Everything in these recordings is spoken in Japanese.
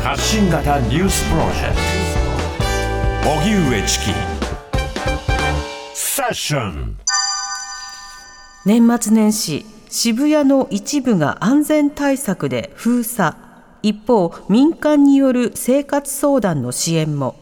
発信型ニュースプロジェクト荻上チキセッション。 年末年始、渋谷の一部が安全対策で封鎖。一方、民間による生活相談の支援も。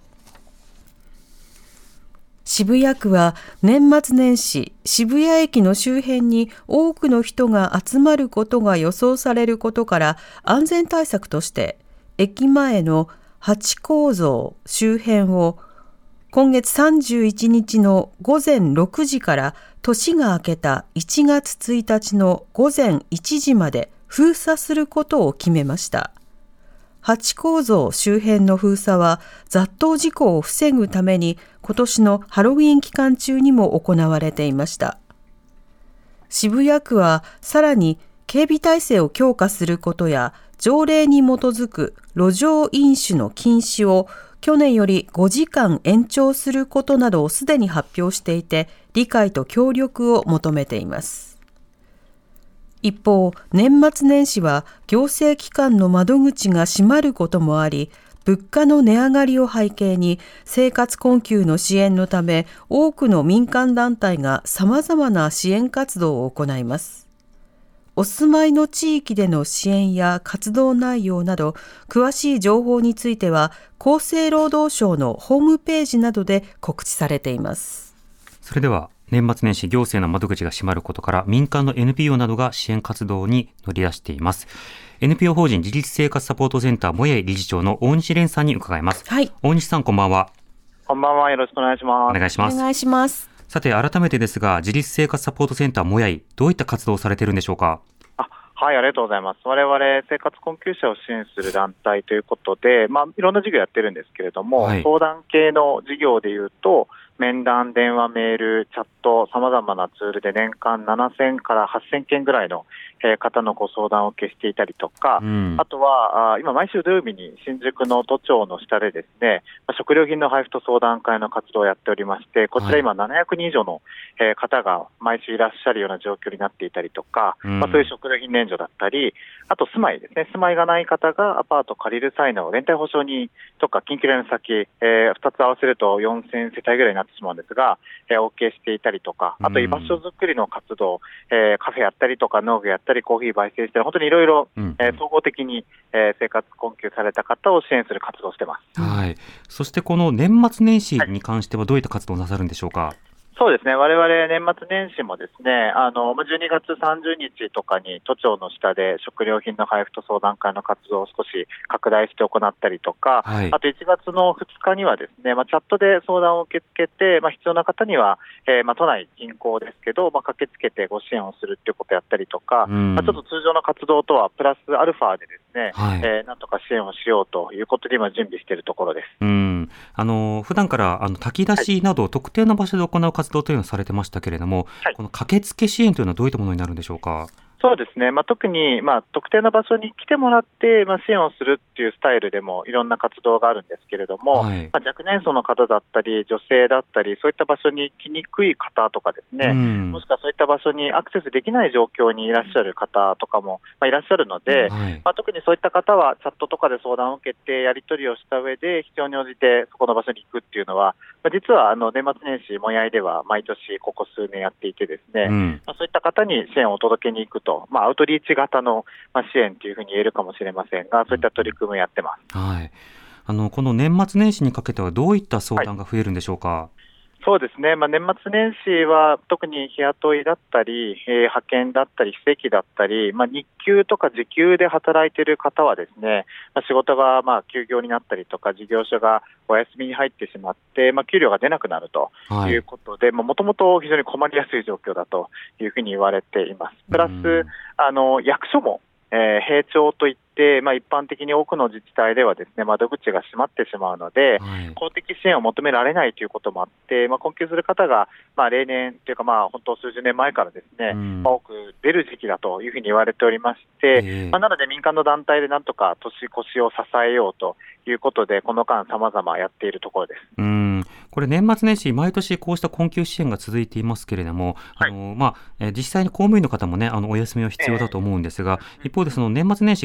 渋谷区は年末年始、渋谷駅の周辺に多くの人が集まることが予想されることから、安全対策として駅前のハチ公像周辺を今月31日の午前6時から年が明けた1月1日の午前1時まで封鎖することを決めました。ハチ公像周辺の封鎖は雑踏事故を防ぐために今年のハロウィーン期間中にも行われていました。渋谷区はさらに警備体制を強化することや条例に基づく路上飲酒の禁止を去年より5時間延長することなどをすでに発表していて、理解と協力を求めています。一方、年末年始は行政機関の窓口が閉まることもあり、物価の値上がりを背景に生活困窮の支援のため、多くの民間団体が様々な支援活動を行います。お住まいの地域での支援や活動内容など、詳しい情報については厚生労働省のホームページなどで告知されています。 それでは年末年始、行政の窓口が閉まることから民間の NPO などが支援活動に乗り出しています。 NPO 法人自立生活サポートセンターもやい理事長の大西蓮さんに伺います。 はい、 大西さん、こんばんは。 こんばんは、よろしくお願いします。 お願いします。 お願いします。 さて、改めてですが、自立生活サポートセンターもやい、どういった活動をされているんでしょうか？ はい、ありがとうございます。我々生活困窮者を支援する団体ということで、いろんな事業やってるんですけれども、 はい、 相談系の事業でいうと、面談、電話、メール、チャット、様々なツールで年間7000から8000件ぐらいの方のご相談を受けしていたりとか、あとは今毎週土曜日に新宿の都庁の下でですね、食料品の配布と相談会の活動をやっておりまして、こちら今700人以上の方が毎週いらっしゃるような状況になっていたりとか、そういう食料品援助だったり、あと住まいですね、住まいがない方がアパート借りる際の連帯保証人とか緊急連絡先、2つ合わせると4000世帯ぐらいになってしまうんですが、OK していたりとか、あと居場所づくりの活動、カフェやったりとか農業やったりコーヒー焙煎したり、本当にいろいろ総合的に生活困窮された方を支援する活動をしています。 はい。そしてこの年末年始に関してはどういった活動をなさるんでしょうか？ そうですね、我々年末年始もですね、12月30日とかに都庁の下で食料品の配布と相談会の活動を少し拡大して行ったりとか、 はい、 あと1月の2日にはですね、チャットで相談を受け付けて、必要な方には、都内近郊ですけど、駆けつけてご支援をするということをやったりとか、ちょっと通常の活動とはプラスアルファでですね、 はい、 なんとか支援をしようということで今準備しているところです。 普段から炊き出しなど特定の場所で行う活動というのをされてましたけれども、はい、この駆けつけ支援というのはどういったものになるんでしょうか？ そうですね、特に、特定の場所に来てもらって、支援をするっていうスタイルでもいろんな活動があるんですけれども、はい、若年層の方だったり女性だったり、そういった場所に来にくい方とかですね、もしくはそういった場所にアクセスできない状況にいらっしゃる方とかも、いらっしゃるので、はい、特にそういった方はチャットとかで相談を受けてやり取りをした上で必要に応じてそこの場所に行くっていうのは、実は年末年始もやいでは毎年ここ数年やっていてですね、そういった方に支援を届けに行くと、アウトリーチ型の支援というふうに言えるかもしれませんが、そういった取り組みをやってます。 はい、この年末年始にかけてはどういった相談が増えるんでしょうか？はい、 そうですね、年末年始は特に日雇いだったり、派遣だったり非正規だったり、日給とか時給で働いている方はですね、仕事が休業になったりとか事業所がお休みに入ってしまって、給料が出なくなるということで、もともと非常に困りやすい状況だというふうに言われています。プラス役所も閉庁といって、一般的に多くの自治体ではですね、窓口が閉まってしまうので、公的支援を求められないということもあって、困窮する方が、例年というか、本当数十年前からですね、多く出る時期だというふうに言われておりまして、なので民間の団体でなんとか年越しを支えようということで、この間様々やっているところです。 これ年末年始毎年こうした困窮支援が続いていますけれども、実際に公務員の方もね、お休みは必要だと思うんですが、一方でその年末年始緊急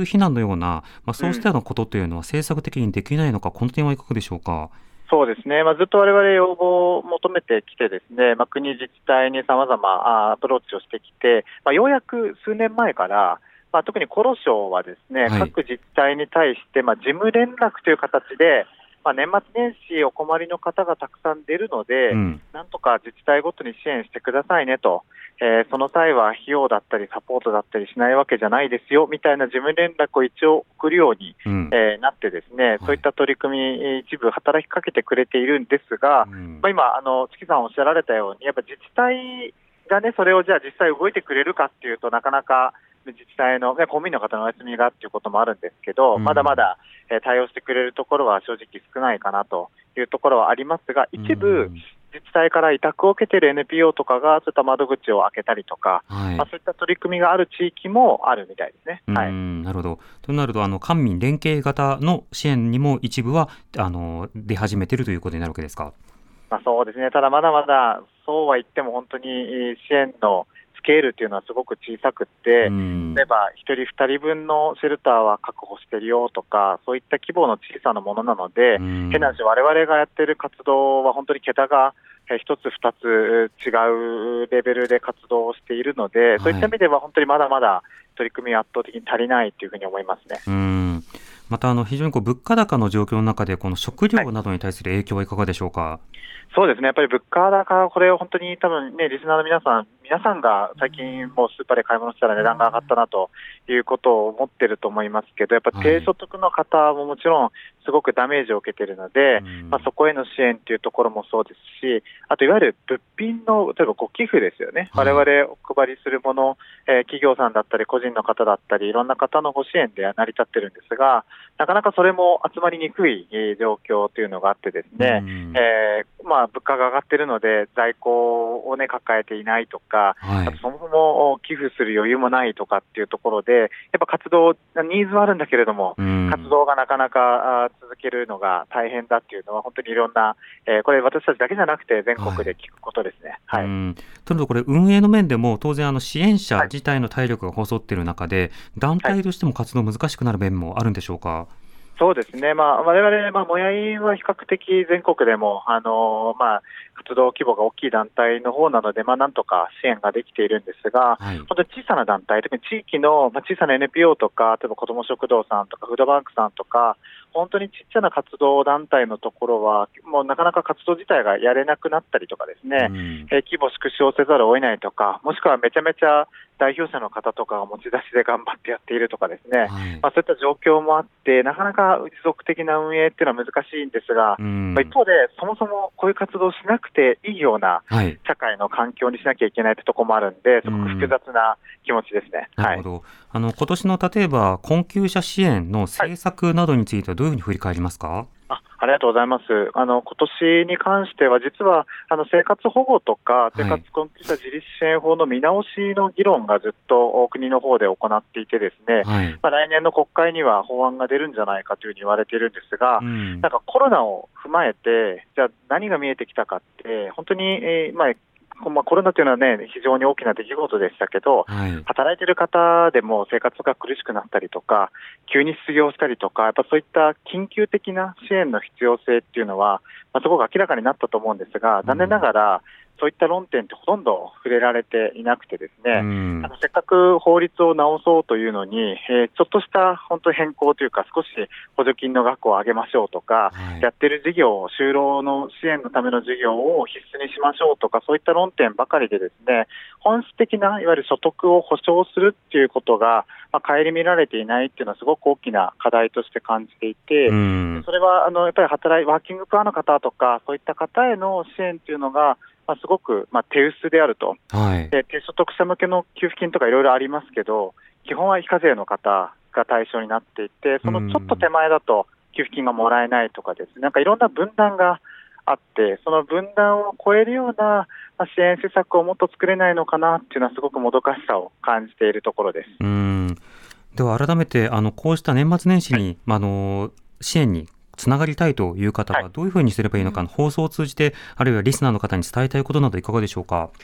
避難のような、そうしたようなことというのは政策的にできないのか、この点はいかがでしょうか。 そうですね、ずっと我々要望を求めてきてですね、国自治体にさまざまアプローチをしてきて、ようやく数年前から、特に厚労省はですね、各自治体に対して、事務連絡という形で、年末年始お困りの方がたくさん出るので、なんとか自治体ごとに支援してくださいねと、その際は費用だったりサポートだったりしないわけじゃないですよみたいな事務連絡を一応送るように、なってですね、そういった取り組み一部働きかけてくれているんですが、今月さんおっしゃられたようにやっぱ自治体がね、それをじゃあ実際動いてくれるかっていうとなかなか自治体の、公務員の方のお休みがっていうこともあるんですけど、まだまだ対応してくれるところは正直少ないかなというところはありますが、一部自治体から委託を受けている NPO とかがそういった窓口を開けたりとか、そういった取り組みがある地域もあるみたいですね。 なるほど。となると官民連携型の支援にも一部は出始めているということになるわけですか。 そうですね。ただまだまだそうは言っても本当に支援のスケールというのはすごく小さくて、例えば1人2人分のシェルターは確保してるよとか、そういった規模の小さなものなので、変な話、我々がやっている活動は本当に桁が一つ二つ違うレベルで活動をしているので、そういった意味では本当にまだまだ取り組みは圧倒的に足りないというふうに思いますね。 また非常に物価高の状況の中でこの食料などに対する影響はいかがでしょうか。 そうですね、やっぱり物価高、これを本当に多分ね、リスナーの皆さんが最近もうスーパーで買い物したら値段が上がったなということを思ってると思いますけど、やっぱ低所得の方ももちろんすごくダメージを受けているので、そこへの支援というところもそうですし、あといわゆる物品の例えばご寄付ですよね、我々お配りするもの、企業さんだったり個人の方だったりいろんな方のご支援で成り立ってるんですが、なかなかそれも集まりにくい状況というのがあってですね、物価が上がっているので在庫をね抱えていないとか、あとそもそも寄付する余裕もないとかっていうところで、やっぱ活動ニーズはあるんだけれども、活動がなかなか続けるのが大変だっていうのは本当にいろんな、これ私たちだけじゃなくて全国で聞くことですね。というとこれ運営の面でも当然支援者自体の体力が細っている中で、団体としても活動難しくなる面もあるんでしょうか。 そうですね、我々、もやいは比較的全国でも、活動規模が大きい団体の方なので、なんとか支援ができているんですが、本当に小さな団体、特に地域の小さな NPO とか、例えば子ども食堂さんとか、フードバンクさんとか、本当にちっちゃな活動団体のところは、もうなかなか活動自体がやれなくなったりとかですね、規模縮小せざるを得ないとか、もしくはめちゃめちゃ代表者の方とかが持ち出しで頑張ってやっているとかですね、そういった状況もあって、なかなか持続的な運営っていうのは難しいんですが、一方で、そもそもこういう活動をしなくていいような社会の環境にしなきゃいけないというところもあるんで、すごく複雑な気持ちですね。 なるほど。今年の例えば困窮者支援の政策などについてはどういうふうに振り返りますか。 ありがとうございます。今年に関しては実は生活保護とか生活困窮者自立支援法の見直しの議論がずっと国の方で行っていてですね、来年の国会には法案が出るんじゃないかというふうに言われているんですが、なんかコロナを踏まえてじゃあ何が見えてきたかって本当に、コロナというのはね、非常に大きな出来事でしたけど、働いている方でも生活が苦しくなったりとか、急に失業したりとか、やっぱそういった緊急的な支援の必要性っていうのは、すごく明らかになったと思うんですが、残念ながら、そういった論点ってほとんど触れられていなくてですね、せっかく法律を直そうというのに、ちょっとした本当に変更というか、少し補助金の額を上げましょうとか、やってる事業、就労の支援のための事業を必須にしましょうとか、そういった論点ばかりでですね、本質的ないわゆる所得を保障するっていうことが、顧みられていないっていうのはすごく大きな課題として感じていて、それはやっぱりワーキングプアの方とか、そういった方への支援っていうのが、すごく手薄であると、で低所得者向けの給付金とかいろいろありますけど、基本は非課税の方が対象になっていて、そのちょっと手前だと給付金がもらえないとかですね、なんかいろんな分断があって、その分断を超えるような支援施策をもっと作れないのかなっていうのはすごくもどかしさを感じているところです。 では改めてこうした年末年始に、支援につながりたいという方はどういうふうにすればいいのか、放送を通じてあるいはリスナーの方に伝えたいことなどいかがでしょうか。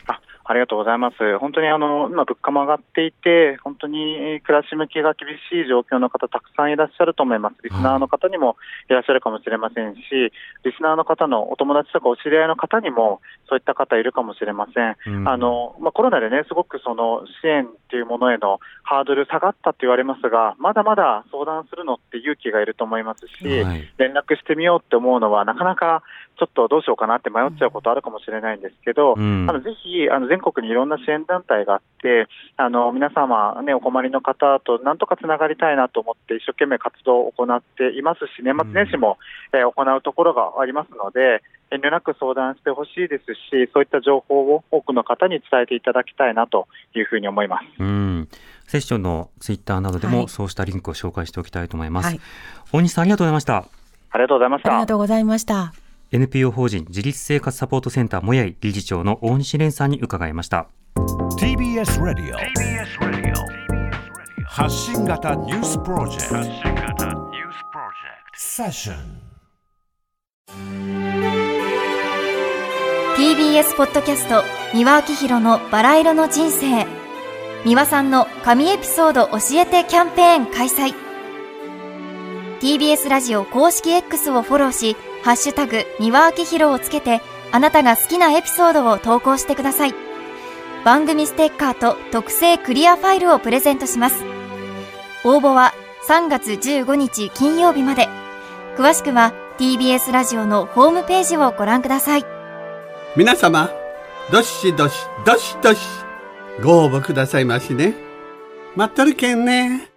ありがとうございます。本当に今物価も上がっていて、本当に暮らし向きが厳しい状況の方たくさんいらっしゃると思います。リスナーの方にもいらっしゃるかもしれませんし、リスナーの方のお友達とかお知り合いの方にもそういった方いるかもしれません。コロナでね、すごくその支援っていうものへのハードル下がったと言われますが、まだまだ相談するのって勇気がいると思いますし、連絡してみようって思うのはなかなかちょっとどうしようかなって迷っちゃうことあるかもしれないんですけど、ぜひ全国にいろんな支援団体があって、皆様、ね、お困りの方となんとかつながりたいなと思って一生懸命活動を行っていますし、年末年始も、行うところがありますので、遠慮なく相談してほしいですし、そういった情報を多くの方に伝えていただきたいなというふうに思います。 セッションのツイッターなどでもそうしたリンクを紹介しておきたいと思います。大西さん、ありがとうございました。 ありがとうございました。 ありがとうございました。 NPO 法人自立生活サポートセンターもやい理事長の大西蓮さんに伺いました。 TBS ラジオ発信型ニュースプロジェクトセッション TBS ポッドキャスト三輪明宏のバラ色の人生、三輪さんの神エピソード教えてキャンペーン開催。 TBS ラジオ公式 X をフォローし、ハッシュタグ三輪明宏をつけて、あなたが好きなエピソードを投稿してください。番組ステッカーと特製クリアファイルをプレゼントします。応募は3月15日金曜日まで。詳しくは TBS ラジオのホームページをご覧ください。 皆様、どしどしどしどしご応募くださいましね。待っとるけんね。